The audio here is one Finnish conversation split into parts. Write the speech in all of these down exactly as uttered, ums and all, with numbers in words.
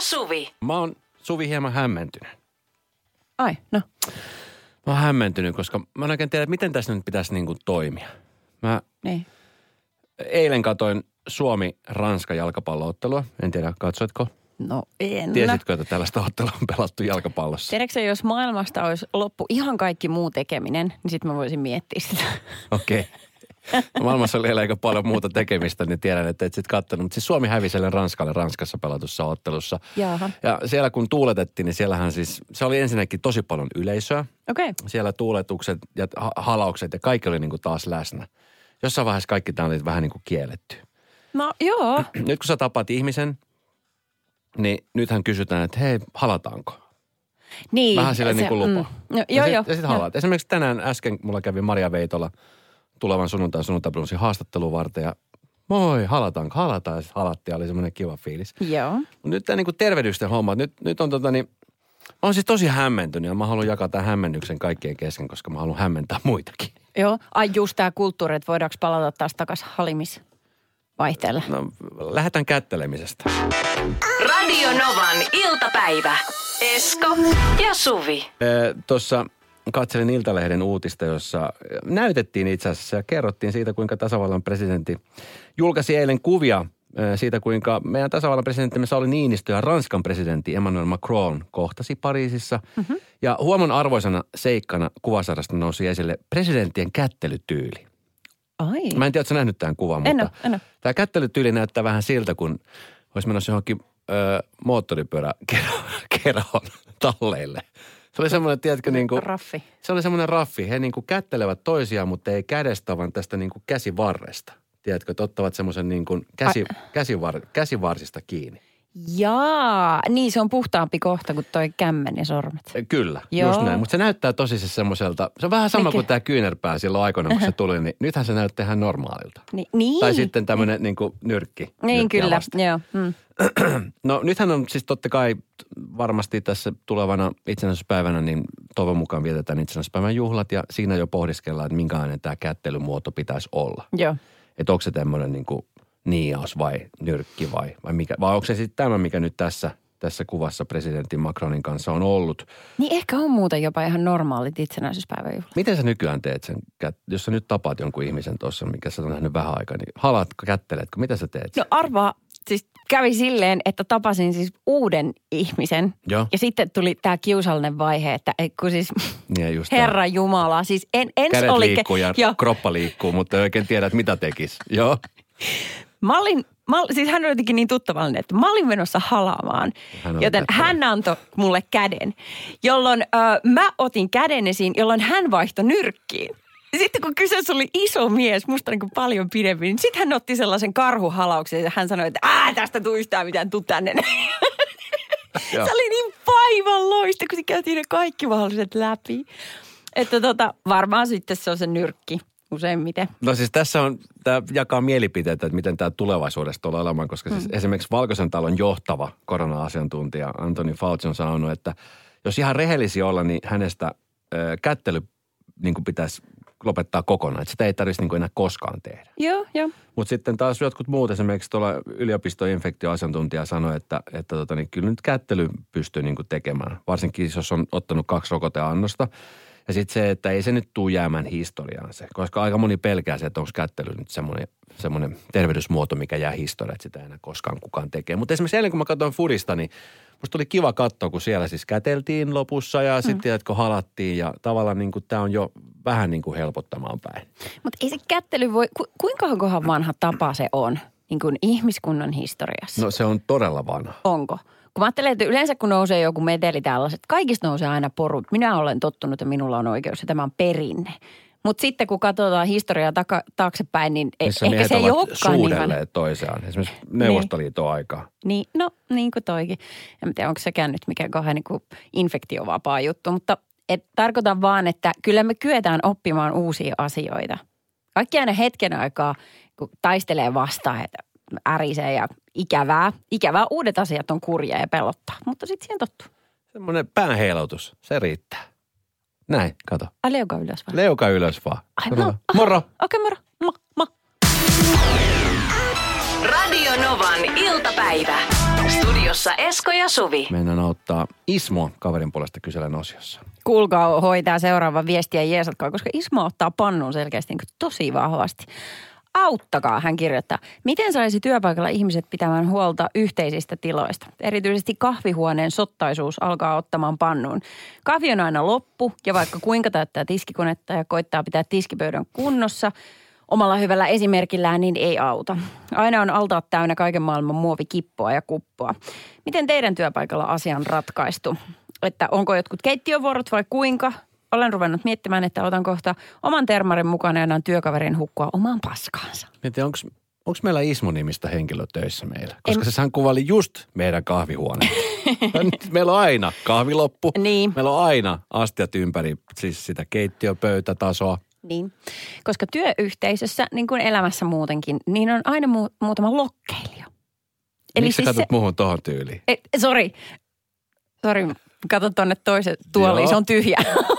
Suvi. Mä oon, Suvi, hieman hämmentynyt. Ai, no. Mä oon hämmentynyt, koska mä en oikein tiedä, miten tässä nyt pitäisi niin kuin toimia. Mä niin. eilen katoin Suomi-Ranska jalkapalloottelua. En tiedä, katsoitko? No en. Tiesitkö, että tällaista ottelua on pelattu jalkapallossa? Tiedätkö, jos maailmasta olisi loppu ihan kaikki muu tekeminen, niin sitten mä voisin miettiä sitä. Okei. Okay. Maailmassa oli aika paljon muuta tekemistä, niin tiedän, että et sit katsonut. Mutta siis Suomi hävisi Ranskalle Ranskassa pelatussa ottelussa. Jaha. Ja siellä kun tuuletettiin, niin siellähän siis, se oli ensinnäkin tosi paljon yleisöä. Okei. Okay. Siellä tuuletukset ja halaukset ja kaikki oli niin kuin taas läsnä. Jossain vaiheessa kaikki tämä oli vähän niin kuin kielletty. No joo. Nyt kun sä tapaat ihmisen, niin nythän kysytään, että hei, halataanko? Niin. Vähän sille niin kuin lupa. Mm, no, joo, ja joo. Sitten sit halaat. Esimerkiksi tänään äsken mulla kävi Maria Veitola tulevan sunnuntain sunnuntaibluusin haastattelun varten ja moi, halataanko? Halataan. Ja sitten halattiin ja oli semmoinen kiva fiilis. Joo. Mutta nyt tämä niin kuin tervehdysten homma, nyt, nyt on tota niin, mä oon siis tosi hämmentynyt ja mä haluan jakaa tämän hämmennyksen kaikkien kesken, koska mä haluan hämmentää muitakin. Joo. Ai just tämä kulttuuri, että voidaanko palata taas takaisin halimisvaihteelle? No, lähdetään kättelemisestä. Radio Novan iltapäivä. Esko ja Suvi. Tuossa katselin Iltalehden uutista, jossa näytettiin itse asiassa ja kerrottiin siitä, kuinka tasavallan presidentti julkaisi eilen kuvia siitä, kuinka meidän tasavallan presidenttimme Sauli Niinistö ja Ranskan presidentti Emmanuel Macron kohtasi Pariisissa. Mm-hmm. Ja huomon arvoisena seikkana kuvasarjasta nousi esille presidenttien kättelytyyli. Ai. Mä en tiedä, ootko sä nähnyt tämän kuvan, en mutta ole, en ole. Tämä kättelytyyli näyttää vähän siltä, kun olisi menossa johonkin ö, moottoripyöräkerhon talleille. Se oli semmoinen, tiedätkö, niin kuin, raffi. Se oli semmoinen raffi. He niin kuin kättelevät toisiaan, mutta ei kädestä, vaan tästä niin kuin käsivarresta. Tiedätkö, että ottavat semmoisen niin kuin käsi, käsivar, käsivarsista kiinni. Jaa, niin se on puhtaampi kohta kuin toi kämmen ja sormet. Kyllä, Joo. just näin. Mutta se näyttää tosi se semmoiselta, se on vähän sama Mikä? kuin tämä kyynärpää silloin aikoina, kun se tuli, niin nythän se näyttää ihan normaalilta. Ni, niin. Tai sitten tämmöinen niin kuin nyrkki. Niin kyllä, joo. Hmm. No nythän on siis totta kai varmasti tässä tulevana itsenäisyyspäivänä, niin toivon mukaan vietetään itsenäisyyspäivän juhlat ja siinä jo pohdiskellaan, että minkälainen tämä kättelymuoto pitäisi olla. Joo. Että onko se tämmöinen niin kuin niiaus vai nyrkki vai, vai mikä, vai onko se sitten tämä, mikä nyt tässä, tässä kuvassa presidentti Macronin kanssa on ollut. Niin ehkä on muuten jopa ihan normaalit itsenäisyyspäivän juhlat. Miten sä nykyään teet sen, jos sä nyt tapaat jonkun ihmisen tuossa, mikä sä on nähnyt vähän aikaa, niin halatko, kätteletkö, mitä sä teet? No arvaa, siis kävi silleen, että tapasin siis uuden ihmisen. Joo. Ja sitten tuli tämä kiusallinen vaihe, että kun siis niin Herra Jumala, siis en, ens kädet oli... liikkuu ja jo. Kroppa liikkuu, mutta ei oikein tiedä, että mitä tekisi. Joo. Mä olin, mä, siis hän oli jotenkin niin tuttavallinen, että mä olin menossa halaamaan, hän joten tähtävä. Hän antoi mulle käden, jolloin ö, mä otin käden esiin, jolloin hän vaihtoi nyrkkiin. Sitten kun kyseessä oli iso mies, musta niin kuin paljon pidempi, niin sitten hän otti sellaisen karhuhalauksen ja hän sanoi, että ää, tästä tuu yhtään mitään, tuu tänne. Se oli niin vaivan loista, kun se käytiin ne kaikki mahdolliset läpi. Että tota, varmaan sitten se on se nyrkki. Useimmiten. No siis tässä on, tämä jakaa mielipiteitä, että miten tämä tulevaisuudessa tulee olemaan, koska siis mm. esimerkiksi Valkoisen talon johtava korona-asiantuntija Anthony Fauci on sanonut, että jos ihan rehellisiä olla, niin hänestä ö, kättely niin kuin pitäisi lopettaa kokonaan, että sitä ei tarvitsisi niin kuin enää koskaan tehdä. Joo, joo. Mutta sitten taas jotkut muut, esimerkiksi tuolla yliopistoinfektioasiantuntija sanoi, että, että tota, niin kyllä nyt kättely pystyy niin kuin tekemään, varsinkin jos on ottanut kaksi rokoteannosta. Ja sitten se, että ei se nyt tule jäämään historiaan se, koska aika moni pelkää se, että onko kättely nyt semmoinen, semmoinen tervehdysmuoto, mikä jää historiaan, että sitä ei enää koskaan kukaan tekee. Mutta esimerkiksi eilen, kun mä katsoin Fudista, niin musta tuli kiva katsoa, kun siellä siis käteltiin lopussa ja sitten, mm. tiedätkö, halattiin ja tavallaan niin kuin tämä on jo vähän niin kuin helpottamaan päin. Mutta ei se kättely voi, ku, kuinka vanha tapa se on niin kuin ihmiskunnan historiassa? No se on todella vanha. Onko? Kun mä ajattelen, että yleensä kun nousee joku meteli tällaiset, kaikista nousee aina porut. Minä olen tottunut ja minulla on oikeus ja tämä on perinne. Mutta sitten kun katsotaan historiaa taka, taaksepäin, niin e- ehkä se ei olekaan niin vanha. toisiaan, esimerkiksi Neuvostoliiton niin. aikaa. Niin, no niin kuin toikin. En tiedä, onko sekään nyt mikään kauhean niin kuin infektiovapaa juttu, mutta et, tarkoitan vaan, että kyllä me kyetään oppimaan uusia asioita. Kaikki aina hetken aikaa, kun taistelee vastaan, että ärisee ja ikävää. Ikävää uudet asiat on kurja ja pelottaa, mutta sitten siihen tottuu. Semmoinen pääheilotus, se riittää. Näin, kato. Ai leuka ylös vaan. Leuka ylös vaan. Ai no. Moro. Okei, okay, moro. Mo, mo. Radio Novan iltapäivä. Studio Radiossa Esko ja Suvi. Mennään auttaa Ismo kaverin puolesta kyselen osiossa. Kuulkaa, hoitaa seuraava viestiä jeesatkaa, koska Ismo ottaa pannun selkeästi niin tosi vahvasti. Auttakaa, hän kirjoittaa. Miten saisi työpaikalla ihmiset pitämään huolta yhteisistä tiloista? Erityisesti kahvihuoneen sottaisuus alkaa ottamaan pannuun. Kahvi on aina loppu ja vaikka kuinka täyttää tiskikonetta ja koittaa pitää tiskipöydän kunnossa omalla hyvällä esimerkillään, niin ei auta. Aina on altaat täynnä kaiken maailman muovikippoa ja kuppoa. Miten teidän työpaikalla asia on ratkaistu? Että onko jotkut keittiövuorot vai kuinka? Olen ruvennut miettimään, että otan kohta oman termarin mukana ja annan työkaverin hukkua omaan paskaansa. Mietin, onko onko meillä Ismo-nimistä henkilö töissä meillä? Koska en... sehän kuvaili just meidän kahvihuoneen. Meillä on aina kahviloppu. Niin. Meillä on aina astiat ympäri, siis sitä keittiöpöytätasoa. Niin, koska työyhteisössä, niin kuin elämässä muutenkin, niin on aina mu- muutama lokkeilija. Eli miksi siis sä katsot se... muuhun tohon tyyliin? Sori, sori, kato tuonne toisen tuoliin, se on tyhjä.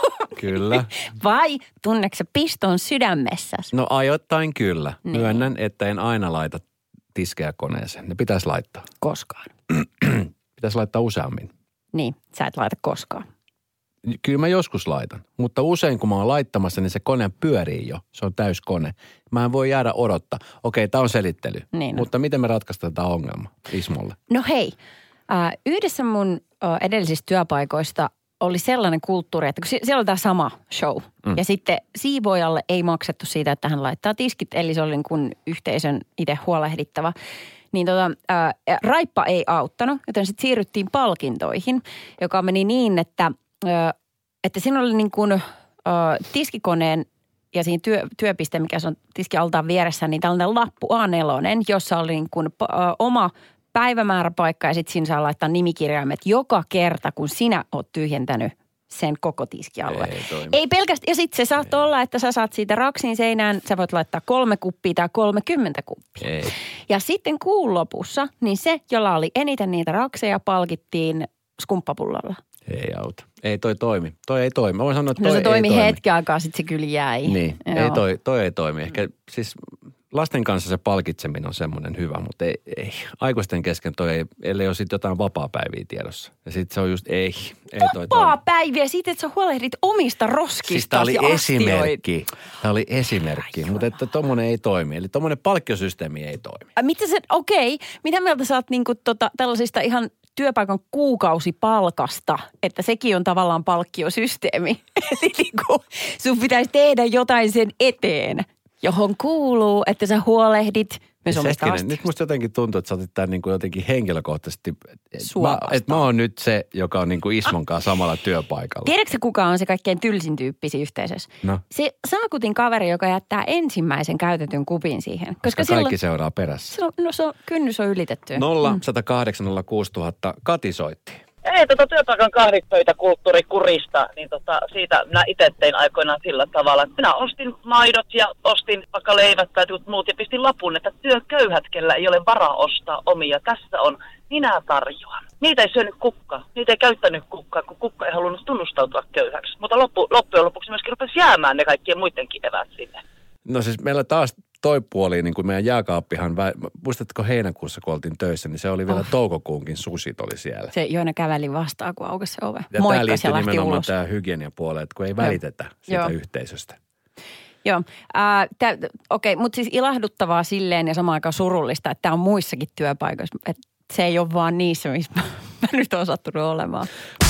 Kyllä. Vai tunneeko sä piston sydämessäsi? No ajoittain kyllä. Niin. Myönnän, että en aina laita tiskejä koneeseen. Ne pitäisi laittaa. Koskaan. Pitäisi laittaa useammin. Niin, sä et laita koskaan. Kyllä mä joskus laitan, mutta usein kun mä oon laittamassa, niin se kone pyörii jo. Se on täyskone. Mä en voi jäädä odottaa. Okei, tää on selittely. Niin no. Mutta miten me ratkaistaan tämä ongelma Ismolle? No hei, äh, yhdessä mun äh, edellisistä työpaikoista oli sellainen kulttuuri, että kun siellä oli tämä sama show. Mm. Ja sitten siivoojalle ei maksettu siitä, että hän laittaa tiskit, eli se oli niin kuin yhteisön itse huolehdittava. Niin tota, ää, raippa ei auttanut, joten sitten siirryttiin palkintoihin, joka meni niin, että, ää, että siinä oli niin kuin ää, tiskikoneen ja siinä työ, työpiste, mikä se on tiskialtaan vieressä, niin tällainen lappu A neljä, jossa oli niin kuin ää, oma päivämääräpaikka ja sitten siinä saa laittaa nimikirjaimet joka kerta, kun sinä oot tyhjentänyt sen koko tiskialueen. Ei, ei pelkästään, ja sitten se saattoi olla, että sä saat siitä raksin seinään, sä voit laittaa kolme kuppia tai kolmekymmentä kuppia. Ei. Ja sitten kuun lopussa, niin se, jolla oli eniten niitä rakseja, palkittiin skumppapullolla. Ei auta. Ei toi toimi. Toi ei toimi. Mä voin sanoa, että toi no se ei toimi toimi. hetken aikaa, sitten se kyllä jäi. Niin, ei toi, toi ei toimi. Ehkä siis lasten kanssa se palkitseminen on semmoinen hyvä, mutta ei, ei. Aikuisten kesken toi ei, ellei ole sitten jotain vapaapäiviä tiedossa. Ja sitten se on just, ei, ei toi Vapaapäiviä siitä, että sä huolehdit omista roskista siis tää oli esimerkki. Tämä oli esimerkki, mutta että tommonen ei toimi. Eli tommonen palkkiosysteemi ei toimi. Mitä se, okei, okay. Mitä mieltä sä oot niinku tota, tällaisista ihan työpaikan kuukausipalkasta, että sekin on tavallaan palkkiosysteemi. Eli niinku sun pitäisi tehdä jotain sen eteen, johon kuuluu, että sä huolehdit myös omista astioista. Nyt musta jotenkin tuntuu, että sä otit tämän niin kuin jotenkin henkilökohtaisesti. Että et mä oon nyt se, joka on niin kuin Ismon kanssa samalla työpaikalla. Tiedätkö kuka on se kaikkein tylsin tyyppi siinä yhteisössä? No. Se Saakutin kaveri, joka jättää ensimmäisen käytetyn kupin siihen. Koska, Koska kaikki silloin, seuraa perässä. Se on, no se on, kynnys on ylitetty. nolla yksi nolla kahdeksan nolla kuusi nolla nolla nolla Kati soitti. Ei, tota työpaikan kahvipöytäkulttuuri kurista, niin tota, siitä minä itse tein aikoinaan sillä tavalla, että minä ostin maidot ja ostin vaikka leivät tai muut ja pistin lapun, että työköyhät, kellä ei ole varaa ostaa omia. Tässä on, minä tarjoan. Niitä ei syönyt kukka, niitä ei käyttänyt kukkaa, kun kukka ei halunnut tunnustautua köyhäksi. Mutta loppu, loppujen lopuksi myöskin rupesi jäämään ne kaikkien muidenkin eväät sinne. No siis meillä taas toi puoli, niin kuin meidän jääkaappihan, muistatko heinäkuussa, kun oltiin töissä, niin se oli vielä oh. toukokuunkin susit oli siellä. Se Joina käveli vastaan, kun aukasi se ove. Ja tämä liittyy nimenomaan ulos. Tämä hygieniapuoli, että kun ei välitetä Joo. siitä Joo. yhteisöstä. Joo, äh, okei, okay, mutta siis ilahduttavaa silleen ja samaan aikaan surullista, että tämä on muissakin työpaikoissa. Että se ei ole vaan niissä, missä mä, mä nyt olen sattunut olemaan.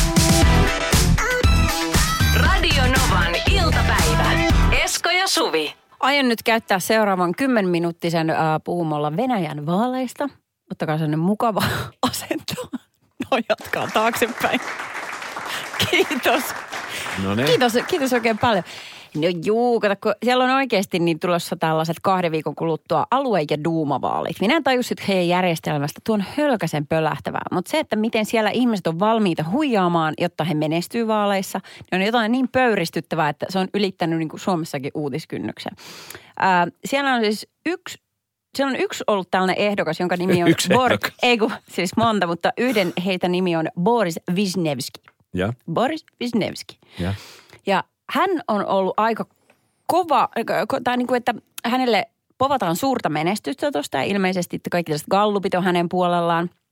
Radio Novan iltapäivä. Esko ja Suvi. Aion nyt käyttää seuraavan kymmenminuuttisen äh, puhumolla Venäjän vaaleista. Ottakaa sellainen mukava asento. No jatkaa taaksepäin. Kiitos. No niin. Kiitos, kiitos oikein paljon. No juu, kato, kun siellä on oikeasti niin tulossa tällaiset kahden viikon kuluttua alue- ja duumavaalit. Minä en tajus sit heidän järjestelmästä, tuon hölkäsen pölähtävää. Mutta se, että miten siellä ihmiset on valmiita huijaamaan, jotta he menestyy vaaleissa, niin on jotain niin pöyristyttävää, että se on ylittänyt niin kuin Suomessakin uutiskynnyksen. Ää, siellä on siis yksi, siellä on yksi ollut tällainen ehdokas, jonka nimi on Boris, ei kun siis monta, mutta yhden heitä nimi on Boris Wisniewski. Ja? Boris Wisniewski. Ja? Ja hän on ollut aika kova, tai niin kuin, että hänelle povataan suurta menestystä tuosta ja ilmeisesti, että kaikki tällaiset gallupit on hänen puolellaan.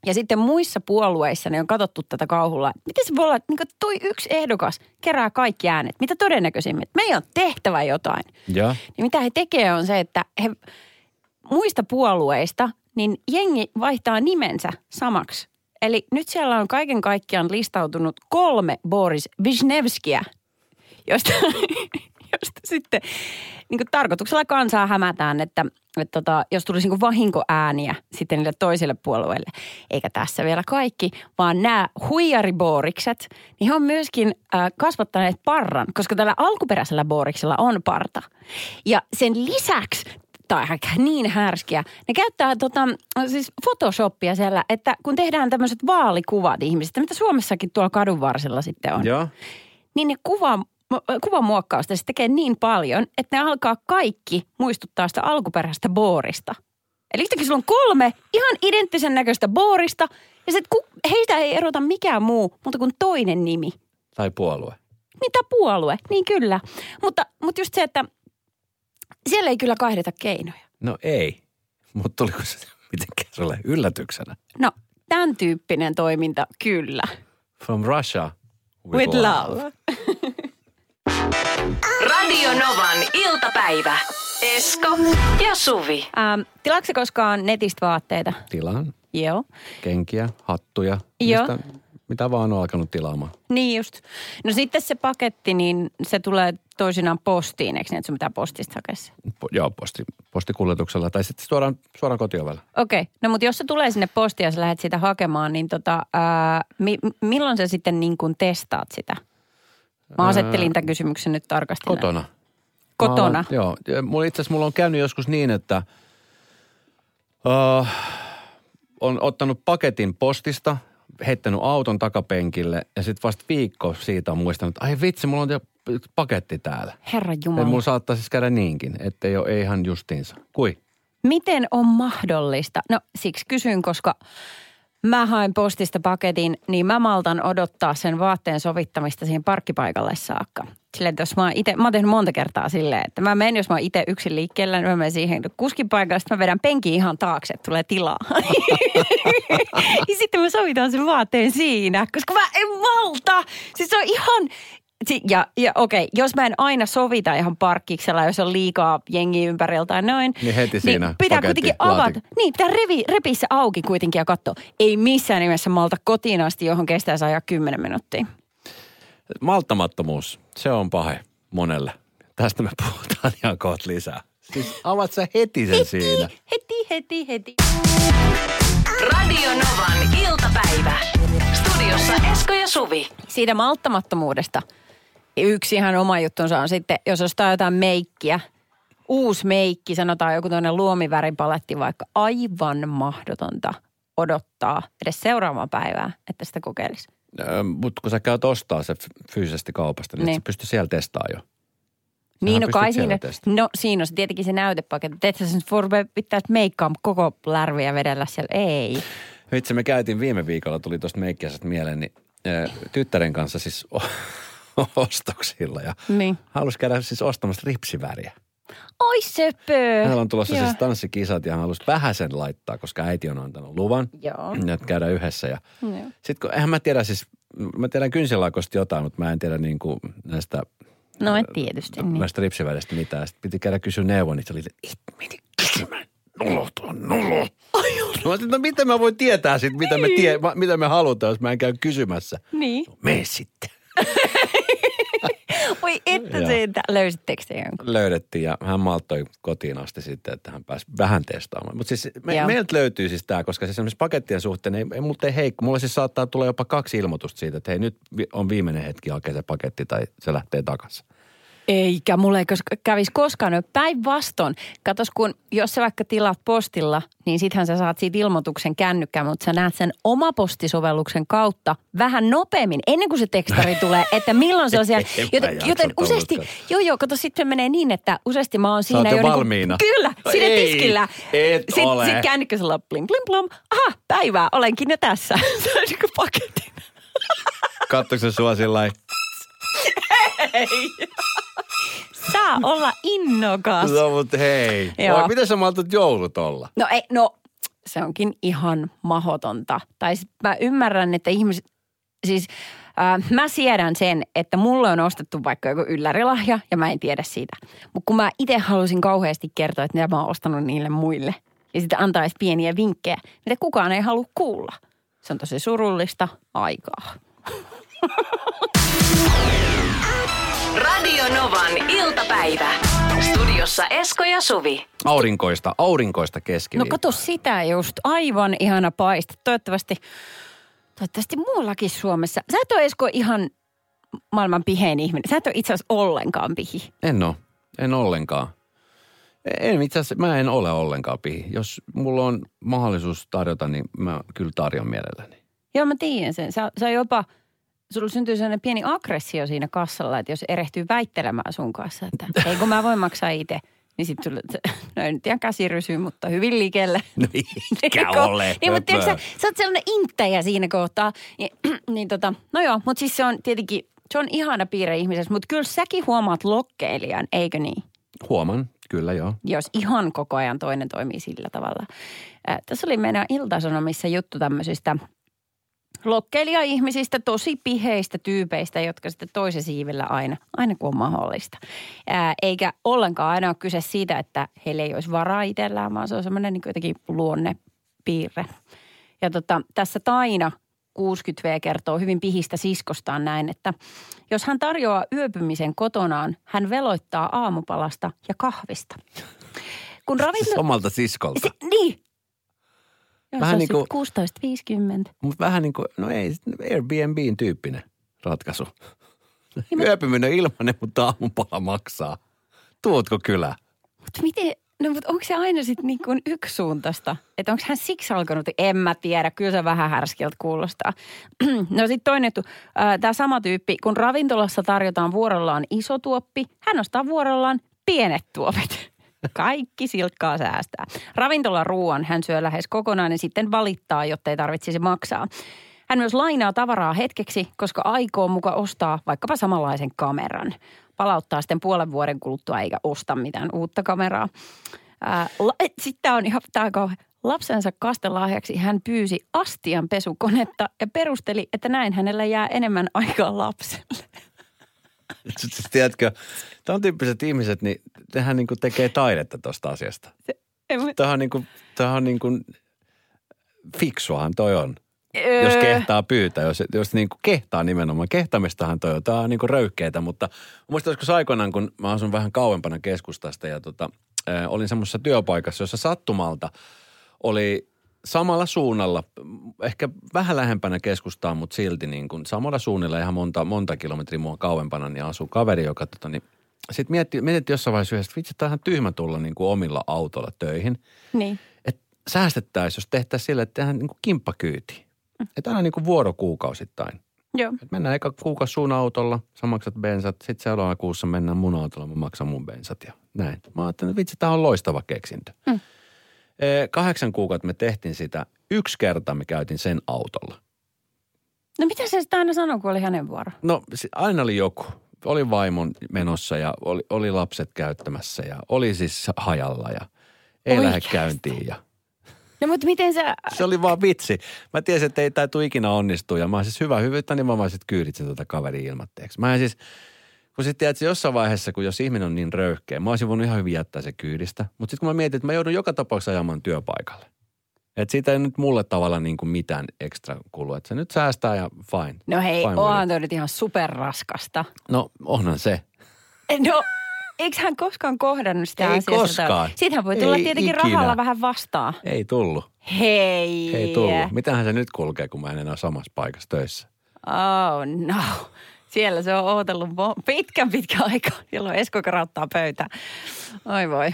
Ja sitten muissa puolueissa ne on katsottu tätä kauhulla. Miten se voi olla, että niin toi yksi ehdokas kerää kaikki äänet? Mitä todennäköisimmin? Meidän on tehtävä jotain. Ja. Niin mitä he tekee on se, että he muista puolueista, niin jengi vaihtaa nimensä samaksi. Eli nyt siellä on kaiken kaikkiaan listautunut kolme Boris Wisniewskiä, josta, josta sitten niin kuin tarkoituksella kansaa hämätään, että, että tota, jos tulisi niin kuin vahinkoääniä sitten niille toisille puolueille. Eikä tässä vielä kaikki, vaan nämä huijariboorikset, niin he on myöskin äh, kasvattaneet parran, koska tällä alkuperäisellä booriksella on parta. Ja sen lisäksi tai niin härskiä. Ne käyttää tota, siis Photoshopia siellä, että kun tehdään tämmöiset vaalikuvat ihmisistä, mitä Suomessakin tuolla kadun varsilla sitten on. Joo. Niin ne kuva, kuvamuokkausta se tekee niin paljon, että ne alkaa kaikki muistuttaa sitä alkuperäistä boorista. Eli yhtäkkiä sulla on kolme ihan identtisen näköistä boorista ja sit, heistä ei erota mikään muu, mutta kuin toinen nimi. Tai puolue. Niin tämä puolue, niin kyllä. Mutta, mutta just se, että siellä ei kyllä kaihdeta keinoja. No ei, mutta tuliko se mitenkään sulle yllätyksenä? No, tämän tyyppinen toiminta kyllä. From Russia with, with love. love. Radio Novan iltapäivä. Esko ja Suvi. Ähm, tilaatko koskaan netistä vaatteita? Tilaan. Joo. Kenkiä, hattuja. Joo. Mistä, mitä vaan on alkanut tilaamaan. Niin just. No sitten se paketti, niin se tulee toisinaan postiin, eikö niin, että sun pitää postista hakea se? Po, joo, posti, postikuljetuksella tai sitten suoraan, suoraan kotiovella. Okei. Okay. No mutta jos se tulee sinne postiin ja sä lähdet sitä hakemaan, niin tota, ää, mi, milloin sä sitten niin kuin testaat sitä? Mä asettelin tämän kysymyksen nyt tarkasti. Kotona. Kotona? Olen, joo. Mulla, itse asiassa mulla on käynyt joskus niin, että uh, on ottanut paketin postista, heittänyt auton takapenkille ja sitten vasta viikko siitä on muistanut, että ai vitsi, mulla on jo paketti täällä. Herra Jumala. Mulla saattaa siis käydä niinkin, että ei ole ihan justiinsa. Kui? Miten on mahdollista? No siksi kysyn, koska mä hain postista paketin, niin mä maltan odottaa sen vaatteen sovittamista siihen parkkipaikalle saakka. Silleen, että jos mä oon ite, mä oon tehnyt monta kertaa silleen, että mä menen, jos mä oon itse yksin liikkeellä, niin mä menen siihen kuskipaikalle, sitten mä vedän penkiin ihan taakse, että tulee tilaa. Ja sitten mä sovitan sen vaatteen siinä, koska mä en malta. Siis se on ihan... Ja, ja okei, jos mä en aina sovita ihan parkkiksella, jos on liikaa jengiä ympärillä tai noin. Niin heti siinä niin pitää paketti, kuitenkin avata. laati. Niin, pitää revi, repiä se auki kuitenkin ja katsoa. Ei missään nimessä malta kotiin asti, johon kestää ajaa kymmenen minuuttia. Malttamattomuus, se on pahe monelle. Tästä me puhutaan ihan kohta lisää. Siis avat sä heti sen heti, siinä. Heti, heti, heti. Radio Novan iltapäivä. Studiossa Esko ja Suvi. Siitä malttamattomuudesta yksi ihan oma juttunsa on sitten, jos ostaa jotain meikkiä, uusi meikki, sanotaan joku toinen luomiväripaletti, vaikka aivan mahdotonta odottaa edes seuraavaa päivää, että sitä kokeilisi. Öö, mutta kun sä käyt ostaa se fyysisesti kaupasta, niin, niin. et sä pysty siellä testaamaan jo. Niin, no kai siinä, no siinä on se tietenkin se näytepaketti. Teet sä sen forve pitää meikkaa koko lärviä vedellä siellä? Ei. Itse me käytiin viime viikolla, tuli tuosta meikkiäisestä mieleen, niin ä, tyttären kanssa siis ostoksilla ja niin. halusi käydä siis ostamassa ripsiväriä. Oi söpö! Hänellä on tulossa Joo. siis tanssikisat ja hän halusi vähäsen laittaa, koska äiti on antanut luvan. Joo. Että käydään yhdessä. Ja Joo. sitten kun, eihän mä tiedä siis, mä tiedän kynsilaukosta jotain, mutta mä en tiedä niin kuin näistä... No en tietysti. Niin. Näistä ripsiväristä mitään. Sitten piti käydä kysyä neuvon, niin se oli, että et meni kysymään. Nolo tuo nolo. No, no miten mä voin tietää sitten, mitä me, tie, mitä me halutaan, jos mä en käy kysymässä. Niin. No, mene sitten. Oi että siitä. Löysittekö se jonkun? Löydettiin ja hän malttoi kotiin asti sitten, että hän pääsi vähän testaamaan. Mutta siis me, meiltä löytyy siis tämä, koska se esimerkiksi pakettien suhteen ei, ei multa ei heikko. Mulla siis saattaa tulla jopa kaksi ilmoitusta siitä, että hei nyt on viimeinen hetki hakea se paketti tai se lähtee takaisin. Eikä, mulle ei kävisi koskaan. No päinvastoin. Katos, kun jos sä vaikka tilaat postilla, niin sittenhän sä saat siitä ilmoituksen kännykkään, mutta sä näet sen omapostisovelluksen kautta vähän nopeammin, ennen kuin se tekstari tulee, että milloin se on siellä. Joten, joten useasti, joo joo, kato, sitten menee niin, että useasti mä oon siinä jo, jo valmiina. Niin kuin, kyllä, siinä ei, tiskillä. Et sitten ole. Sitten kännykkä sulla plim plim plom. Aha, päivää, olenkin jo tässä. Se on niin kuin paketin. Katsoiko se sua sillai? Ei. Saa olla innokas. No, mutta hei. Vai, miten sä maltat joulut olla? No ei, no se onkin ihan mahdotonta. Tai sit mä ymmärrän, että ihmiset, siis äh, mä siedän sen, että mulle on ostettu vaikka joku yllärilahja ja mä en tiedä siitä. Mutta kun mä itse halusin kauheasti kertoa, että mä oon ostanut niille muille ja sitten antaisi pieniä vinkkejä, mitä kukaan ei halua kuulla. Se on tosi surullista aikaa. Radio Novan iltapäivä. Studiossa Esko ja Suvi. Aurinkoista, aurinkoista keskiviikko. No kato sitä just, aivan ihana paiste. Toivottavasti, toivottavasti muuallakin Suomessa. Sä et ole Esko ihan maailman pihein ihminen. Sä et ole itse asiassa ollenkaan pihi. En ole, en ollenkaan. En itse asiassa, mä en ole ollenkaan pihi. Jos mulla on mahdollisuus tarjota, niin mä kyllä tarjon mielelläni. Joo, mä tiedän sen. Sä, sä jopa, sulla syntyy sellainen pieni aggressio siinä kassalla, että jos erehtyy väittelemään sun kanssa, että ei kun mä voin maksaa itse, niin sit sulle, no ei nyt ihan käsirysy, mutta hyvin liikelle. No eikä ole. Niin, mutta tiedätkö, sä, sä oot sellainen inttäjä siinä kohtaa. Niin, niin tota, no joo, mutta siis se on tietenkin, se on ihana piirre ihmisessä, mutta kyllä säkin huomaat lokkeilijan, eikö niin? Huomaan, kyllä joo. Jos ihan koko ajan toinen toimii sillä tavalla. Äh, tässä oli meidän Ilta-Sanomissa juttu tämmöisistä lokkeilija-ihmisistä, tosi piheistä tyypeistä, jotka sitten toisen siivellä aina, aina kun on mahdollista. Ää, eikä ollenkaan aina ole kyse siitä, että heillä ei olisi varaa itsellään, vaan se on semmoinen niin jotenkin luonnepiirre. Ja tota, tässä Taina kuusikymmentä vuotias kertoo hyvin pihistä siskostaan näin, että jos hän tarjoaa yöpymisen kotonaan, hän veloittaa aamupalasta ja kahvista. Kun ravintla... Omalta siskolta. Se, niin. Joo, Vähän se on niin kuin, kuusitoista viisikymmentä. mutta vähän niin kuin, no ei, Airbnbin tyyppinen ratkaisu. Yöpyminen ilmanen, mutta aamupala maksaa. Tuotko kylä? Mutta miten, no mutta onko se aina sitten niin kuin yksisuuntaista? Että onko hän siksi alkanut, en mä tiedä, kyllä se vähän härskiltä kuulostaa. No sitten toinen juttu, tämä sama tyyppi, kun ravintolassa tarjotaan vuorollaan iso tuoppi, hän ostaa vuorollaan pienet tuopit. Kaikki silkkaa säästää. Ravintolan ruoan hän syö lähes kokonaan ja sitten valittaa, jotta ei tarvitsisi maksaa. Hän myös lainaa tavaraa hetkeksi, koska aikoo muka ostaa vaikkapa samanlaisen kameran. Palauttaa sitten puolen vuoden kuluttua eikä osta mitään uutta kameraa. Sitten tämä on ihan tämä kauhean. Lapsensa kastelahjaksi hän pyysi astianpesukonetta ja perusteli, että näin hänellä jää enemmän aikaa lapselle. Siis tiedätkö, tämän tyyppiset ihmiset, niin tehän niin kuin tekee taidetta tuosta asiasta. Tämä on niin kuin, tämä on niin kuin, fiksuahan toi on, öö. jos kehtaa pyytää, jos, jos niin kuin kehtaa nimenomaan. Kehtamistahan toi on, tämä on niin kuin röyhkeitä, mutta muistan joskus aikoinaan, kun mä asun vähän kauempana keskustasta ja tota, äh, olin semmoisessa työpaikassa, jossa sattumalta oli samalla suunnalla, ehkä vähän lähempänä keskustaa, mutta silti niin kuin samalla suunnilla ihan monta, monta kilometriä mua kauempana, niin asuu kaveri, joka tota niin, sitten mietti, mietittiin jossain vaiheessa yhdessä, että vitsi, tämä on ihan tyhmä tulla niin kuin omilla autolla töihin. Niin. Että säästettäisiin, jos tehtäisiin sille, että tehdään niin kuin kimppakyyti. Mm. Että aina niin kuin vuorokuukausittain. Joo. Et mennään eka kuukausi sun autolla, sä maksat bensat, sitten seuraavana kuussa mennään mun autolla, mä maksan mun bensat ja näin. Mä ajattelin, että vitsi, tämä on loistava keksintö. Mm. Kahdeksan kuukautta me tehtiin sitä. Yksi kerta me käytiin sen autolla. No mitä se sitten aina sanoi, kun oli hänen vuoro? No aina oli joku. Oli vaimon menossa ja oli, oli lapset käyttämässä ja oli siis hajalla ja ei Oikeasti. lähde käyntiin. Ja... No mutta miten sä... Se oli vaan vitsi. Mä tiesin, että ei tämä tule ikinä onnistua ja mä oon siis hyvä hyvyyttä, niin mä vaan sitten kyyditsin tuota kaveria ilmatteeksi. Mä en siis... Kun sitten tiedät, jossain vaiheessa, kun jos ihminen on niin röyhkeä, mä olisin voinut ihan hyvin jättää se kyydistä. Mutta sitten kun mä mietin, että mä joudun joka tapauksessa ajamaan työpaikalle. Että siitä ei nyt mulle tavallaan niin kuin mitään ekstra kulu. Että se nyt säästää ja fine. No hei, fine onhan toi nyt ihan superraskasta. No onhan se. No, eikö hän koskaan kohdannut sitä ei asiaa? Ei koskaan. Siitähän voi tulla ei tietenkin ikinä. rahalla vähän vastaan. Ei tullut. Hei. Ei tullut. Mitähän se nyt kulkee, kun mä en enää samassa paikassa töissä? Oh no. Siellä se on ootellut pitkän pitkän aikaa, jolloin Esko karauttaa pöytää. Oi voi.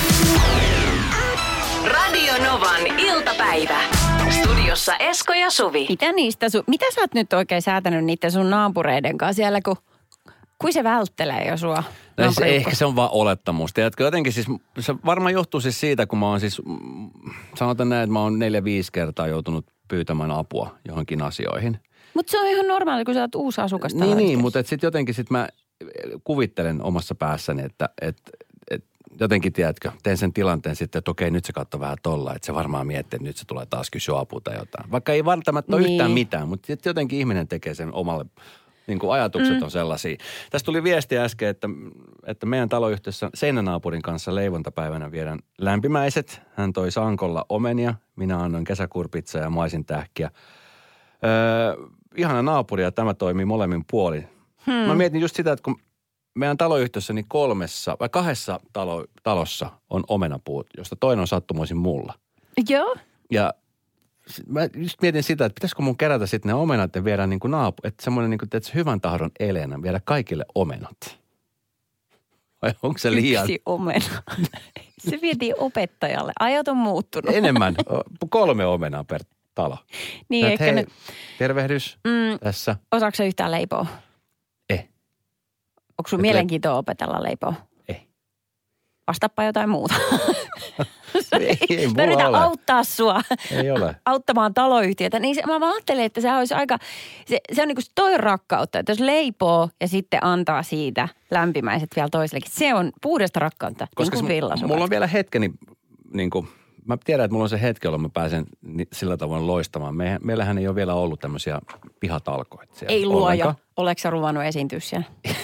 Radio Novan iltapäivä. Studiossa Esko ja Suvi. Mitä niistä sun, mitä sä oot nyt oikein säätänyt niiden sun naapureiden kanssa siellä, kun, kun se välttelee jo sua? No, se, ehkä se on vaan olettamus. Tiedätkö, jotenkin siis, se varmaan johtuu siis siitä, kun mä oon siis, sanotaan näin, että mä oon neljä, viisi kertaa joutunut pyytämään apua johonkin asioihin. Mutta se on ihan normaali, kun sä oot uusi asukas tällä Niin, hetkellä. niin mutta sitten jotenkin sit mä kuvittelen omassa päässäni, että et, et, jotenkin, tiedätkö, tein sen tilanteen sitten, että okei, nyt se katsoi vähän tolla, että se varmaan miettii, että nyt se tulee taas kysyä apua tai jotain. Vaikka ei välttämättä ole niin. yhtään mitään, mutta jotenkin ihminen tekee sen omalle, niin kuin ajatukset mm. on sellaisia. Tästä tuli viesti äsken, että, että meidän taloyhteisössä seinänaapurin kanssa leivontapäivänä viedään lämpimäiset. Hän toi sankolla omenia, minä annoin kesäkurpitsaa ja maisintähkiä. Öö, ihana naapuri ja tämä toimii molemmin puolin. Hmm. Mä mietin just sitä, että kun meidän taloyhteisössä niin kolmessa vai kahdessa talo, talossa on omenapuut, josta toinen on sattumoisin mulla. Joo. Ja mä just mietin sitä, että pitäisikö mun kerätä sitten ne omenat ja viedä niin kuin naapu, että semmoinen niin kuin, että hyvän tahdon eleenä viedä kaikille omenat. Vai onko se liian? Yksi omena. Se vietiin opettajalle. Ajat on muuttunut. Enemmän. Kolme omenaa per talo. Niin, Näet, ehkä hei, nyt. Tervehdys Mm, tässä. Osaatko sä yhtään leipoa? Eh. Onko sun Et mielenkiintoa opetella leipoa? Eh. Vastaappa jotain muuta. Ei, ei mulla Yritän ole. auttaa sua. Ei ole. Auttamaan taloyhtiötä. Niin se, mä vaan ajattelin, että se olisi aika, se, se on niin kuin toi rakkautta. Että jos leipoo ja sitten antaa siitä lämpimäiset vielä toisellekin. Se on puhdasta rakkautta. Koska niin kuin villasukat. mulla on vielä hetkeni, niin kuin, mä tiedän, että mulla on se hetki, jolloin mä pääsen sillä tavoin loistamaan. Me, meillähän ei ole vielä ollut tämmöisiä pihatalkoita siellä. Ei luoja. Ollenkaan. Oletko sä ruvannut esiintyä siellä?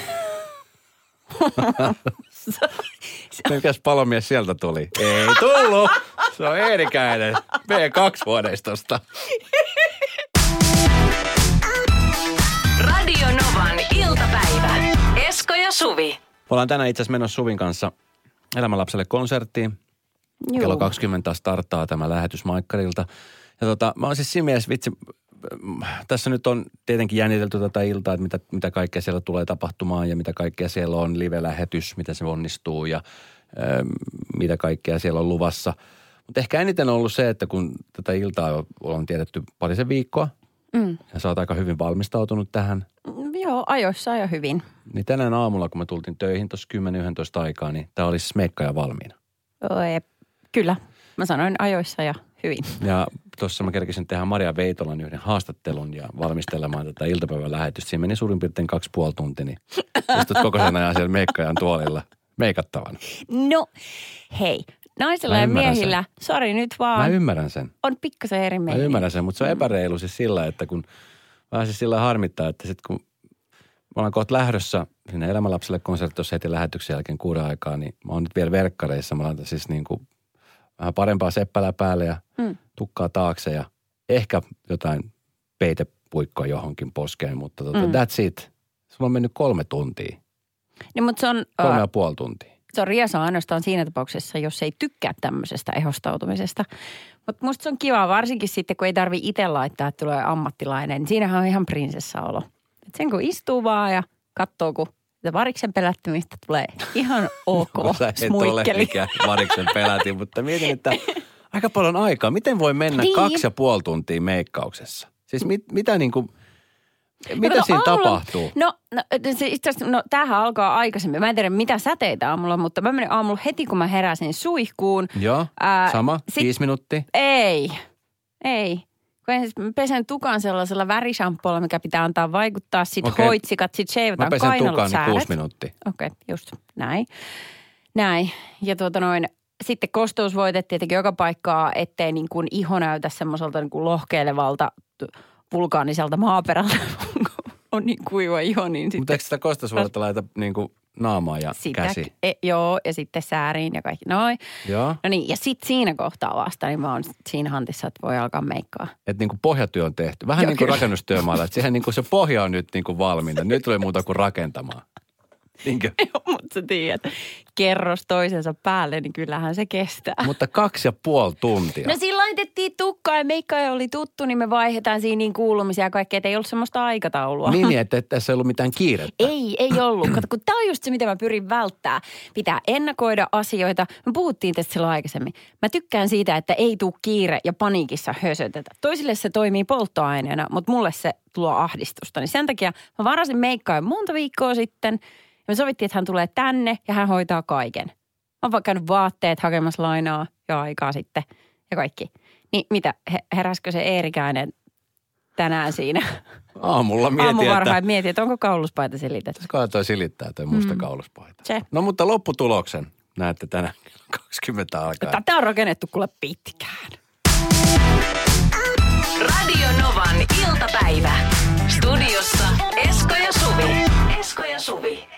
Mikäs palomies sieltä tuli? Ei tullut. Se on Eerikäinen B kaksi -vuodeistosta. Radio Novan iltapäivä. Esko ja Suvi. Ollaan tänään itse asiassa menossa Suvin kanssa Elämänlapselle konserttiin. Juu. Kello kaksikymmentä starttaa tämä lähetys Maikkarilta. Ja tota, mä oon siis siinä mielessä, vitsi, tässä nyt on tietenkin jännitelty tätä iltaa, että mitä, mitä kaikkea siellä tulee tapahtumaan ja mitä kaikkea siellä on, live-lähetys, mitä se onnistuu ja ö, mitä kaikkea siellä on luvassa. Mutta ehkä eniten on ollut se, että kun tätä iltaa on tiedetty parisen viikkoa mm. ja sä oot aika hyvin valmistautunut tähän. Joo, ajoissa ja hyvin. Niin tänään aamulla, kun me tultiin töihin tuossa kymmenen yksitoista aikaa, niin tää oli smekka ja valmiina. Oi, kyllä. Mä sanoin ajoissa ja hyvin. Ja tuossa mä kerkisin tehdä Maria Veitolan yhden haastattelun ja valmistelemaan tätä iltapäivän lähetystä. Siinä meni suurin piirtein kaksi puoli tuntia, niin istut koko sen ajan siellä meikkajan tuolilla meikattavana. No, hei. Naisilla Mä ja ymmärrän miehillä, sori nyt Mä vaan, ymmärrän sen. on pikkasen eri Mä meininki. ymmärrän sen, mutta se on epäreilu siis sillä, että kun vähän siis sillä harmittaa, että sit kun mä olen kohta lähdössä sinne Elämänlapselle konsertti tuossa heti lähetyksen jälkeen kuuden aikaa, niin mä oon nyt vielä verkkareissa. Mä laitan siis niin kuin vähän parempaa seppälää päälle ja mm. tukkaa taakse ja ehkä jotain peitepuikkoa johonkin poskeen, mutta tota, mm. that's it. Sulla on mennyt kolme tuntia. Niin, mutta se on, Kolme uh, ja puoli tuntia. se on riesa ainoastaan siinä tapauksessa, jos ei tykkää tämmöisestä ehostautumisesta. Mutta musta se on kiva, varsinkin sitten, kun ei tarvi itse laittaa, että tulee ammattilainen. Niin siinähän on ihan prinsessa-olo. Et sen kun istuu vaan ja katsoo, kun variksen pelättymistä tulee ihan ok Sä et ole smuikkeli. mikään variksen peläti, mutta mietin, että aika paljon aikaa. Miten voi mennä Niin. kaksi ja puoli tuntia meikkauksessa? Siis mit, mitä niin kuin, mitä kato, siinä aamulla- tapahtuu? No, no se itse asiassa, no tämähän alkaa aikaisemmin. Mä en tiedä, mitä sä teit aamulla, mutta mä menin aamulla heti, kun mä heräsin suihkuun. Joo, Ää, sama, sit- viisi minuuttia. Ei, ei. Kun ensin mä pesen tukan sellaisella värishampoolla, mikä pitää antaa vaikuttaa. Sitten Okei. hoitsikat, sitten Mä sheivataan pesen kainalut, tukaan niin sääret. kuusi minuuttia. Okei, okay, just näin. Näin. Ja tuota noin, sitten kosteusvoitet tietenkin joka paikkaa, ettei niin kuin iho näytä semmoiselta niin kuin lohkeilevalta, t- vulkaaniselta maaperältä. On niin kuiva iho, niin Mutta sitten eikö sitä kostasvuodetta laita niin kuin naamaa ja sitä, käsi? e, joo, ja sitten sääriin ja kaikki noin. Joo, No niin, ja sitten siinä kohtaa vasta, niin mä oon siinä hantissa, että voi alkaa meikkaa. että niin kuin pohjatyö on tehty. Vähän Joo, niin kuin kyllä. rakennustyömaalla, että siihen niin kuin se pohja on nyt niin kuin valmiina. Nyt tulee muuta kuin rakentamaan. Niinkö? Joo, mutta sä tiedät, kerros toisensa päälle, niin kyllähän se kestää. Mutta kaksi ja puoli tuntia. No siinä laitettiin tukkaa ja meikka oli tuttu, niin me vaihdetaan siinä niin kuulumisia ja kaikkea, että ei ollut semmoista aikataulua. Niin, niin, että tässä ei ollut mitään kiirettä. Ei, ei ollut. Kato, kun tämä on just se, mitä mä pyrin välttää. Pitää ennakoida asioita. Me puhuttiin tästä silloin aikaisemmin. Mä tykkään siitä, että ei tule kiire ja paniikissa hösötetä. Toisille se toimii polttoaineena, mutta mulle se tuo ahdistusta. Niin sen takia mä varasin meikkaa jo monta viikkoa sitten. Ja me sovittiin, että hän tulee tänne ja hän hoitaa kaiken. Mä oon vaan käynyt vaatteet hakemassa lainaa ja aikaa sitten ja kaikki. Niin mitä, he- heräskö se Eerikäinen tänään siinä? Aamulla mietin, Aamuvarhain että mietin, että onko kauluspaita silitetty. kai toi silittää toi musta Mm. kauluspaita. Se. No mutta lopputuloksen. näette tänään kaksikymmentä alkaa. Tätä on rakennettu kuule pitkään. Radio Novan iltapäivä. Studiossa Esko ja Suvi. Esko ja Suvi.